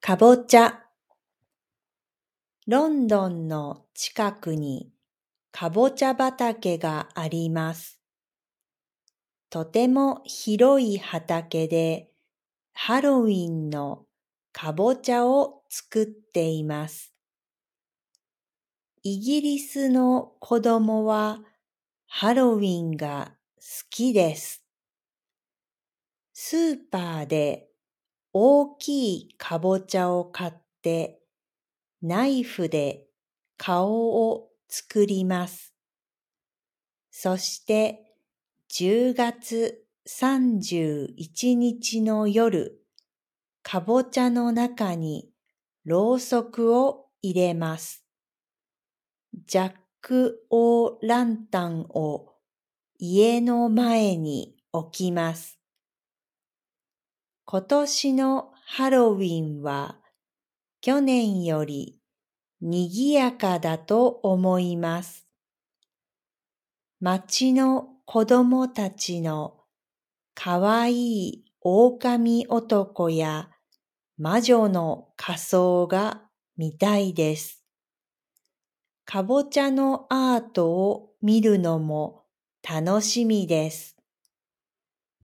かぼちゃ。ロンドンの近くにかぼちゃ畑があります。とても広い畑でハロウィンのかぼちゃを作っています。イギリスの子供はハロウィンが好きです。スーパーで大きいかぼちゃを買ってナイフで顔を作ります。そして10月31日の夜、かぼちゃの中にろうそくを入れます。ジャック・オー・ランタンを家の前に置きます。今年のハロウィンは去年より賑やかだと思います。町の子供たちのかわいい狼男や魔女の仮装が見たいです。かぼちゃのアートを見るのも楽しみです。